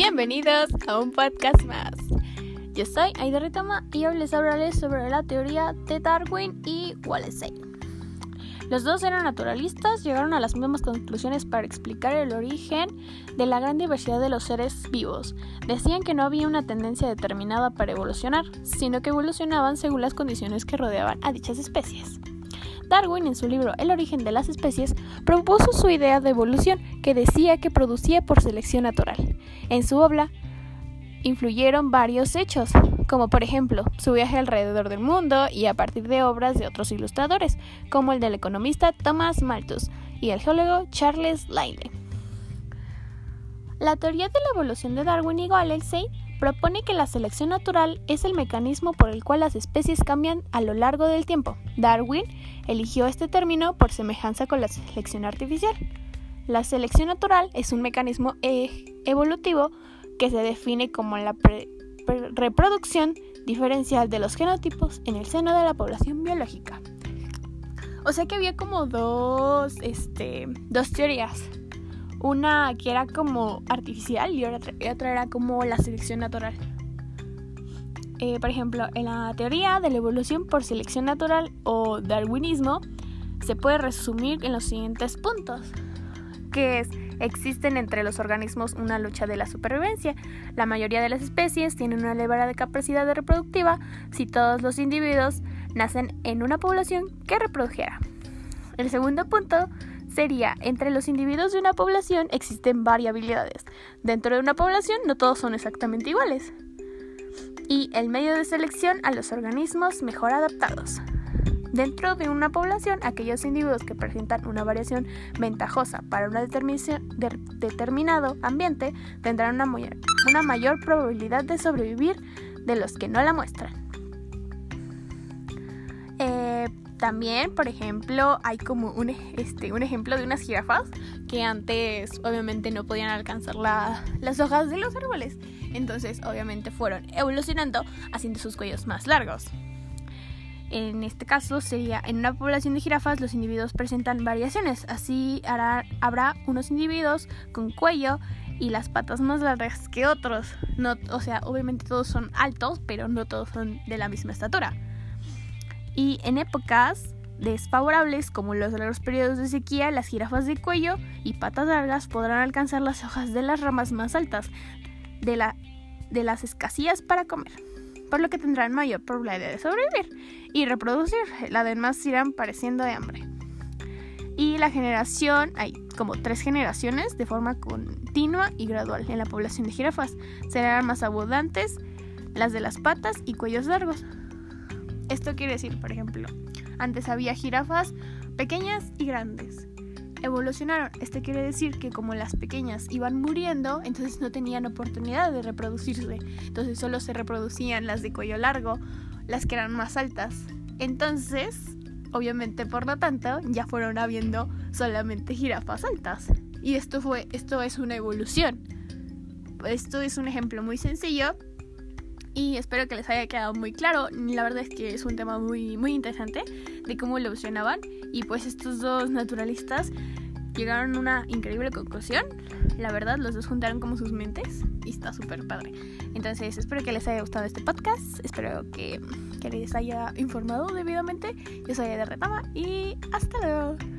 Bienvenidos a un podcast más. Yo soy Aida Retama y hoy les hablaré sobre la teoría de Darwin y Wallace. Los dos eran naturalistas, llegaron a las mismas conclusiones para explicar el origen de la gran diversidad de los seres vivos. Decían que no había una tendencia determinada para evolucionar, sino que evolucionaban según las condiciones que rodeaban a dichas especies. Darwin, en su libro El origen de las especies, propuso su idea de evolución, que decía que producía por selección natural. En su obra influyeron varios hechos, como por ejemplo su viaje alrededor del mundo y a partir de obras de otros ilustradores, como el del economista Thomas Malthus y el geólogo Charles Lyell. La teoría de la evolución de Darwin y Wallace propone que la selección natural es el mecanismo por el cual las especies cambian a lo largo del tiempo. Darwin eligió este término por semejanza con la selección artificial. La selección natural es un mecanismo evolutivo que se define como la reproducción diferencial de los genotipos en el seno de la población biológica. O sea que había como dos teorías. Una que era como artificial y otra era como la selección natural. Por ejemplo, en la teoría de la evolución por selección natural o darwinismo se puede resumir en los siguientes puntos, que es: existen entre los organismos una lucha de la supervivencia. La mayoría de las especies tienen una elevada capacidad reproductiva si todos los individuos nacen en una población que reprodujera. El segundo punto sería: entre los individuos de una población existen variabilidades. Dentro de una población no todos son exactamente iguales. Y el medio de selección a los organismos mejor adaptados. Dentro de una población, aquellos individuos que presentan una variación ventajosa para un determinado ambiente tendrán una mayor probabilidad de sobrevivir de los que no la muestran. También, por ejemplo, hay como un ejemplo de unas jirafas que antes obviamente no podían alcanzar las hojas de los árboles. Entonces, obviamente fueron evolucionando haciendo sus cuellos más largos. En este caso sería: en una población de jirafas los individuos presentan variaciones. Así habrá unos individuos con cuello y las patas más largas que otros. Obviamente todos son altos, pero no todos son de la misma estatura. Y en épocas desfavorables, como los largos periodos de sequía, las jirafas de cuello y patas largas podrán alcanzar las hojas de las ramas más altas de las escasías para comer, por lo que tendrán mayor probabilidad de sobrevivir y reproducir. Además irán padeciendo de hambre. Y la generación, hay como 3 generaciones de forma continua y gradual en la población de jirafas. Serán más abundantes las de las patas y cuellos largos. Esto quiere decir, por ejemplo, antes había jirafas pequeñas y grandes. Evolucionaron. Esto quiere decir que como las pequeñas iban muriendo, entonces no tenían oportunidad de reproducirse. Entonces solo se reproducían las de cuello largo, las que eran más altas. Entonces, obviamente, por lo tanto, ya fueron habiendo solamente jirafas altas. Y esto es una evolución. Esto es un ejemplo muy sencillo y espero que les haya quedado muy claro. La verdad es que es un tema muy, muy interesante de cómo evolucionaban. Y pues estos dos naturalistas llegaron a una increíble conclusión. La verdad, los dos juntaron como sus mentes y está súper padre. Entonces, espero que les haya gustado este podcast. Espero que les haya informado debidamente. Yo soy Aida Retama y hasta luego.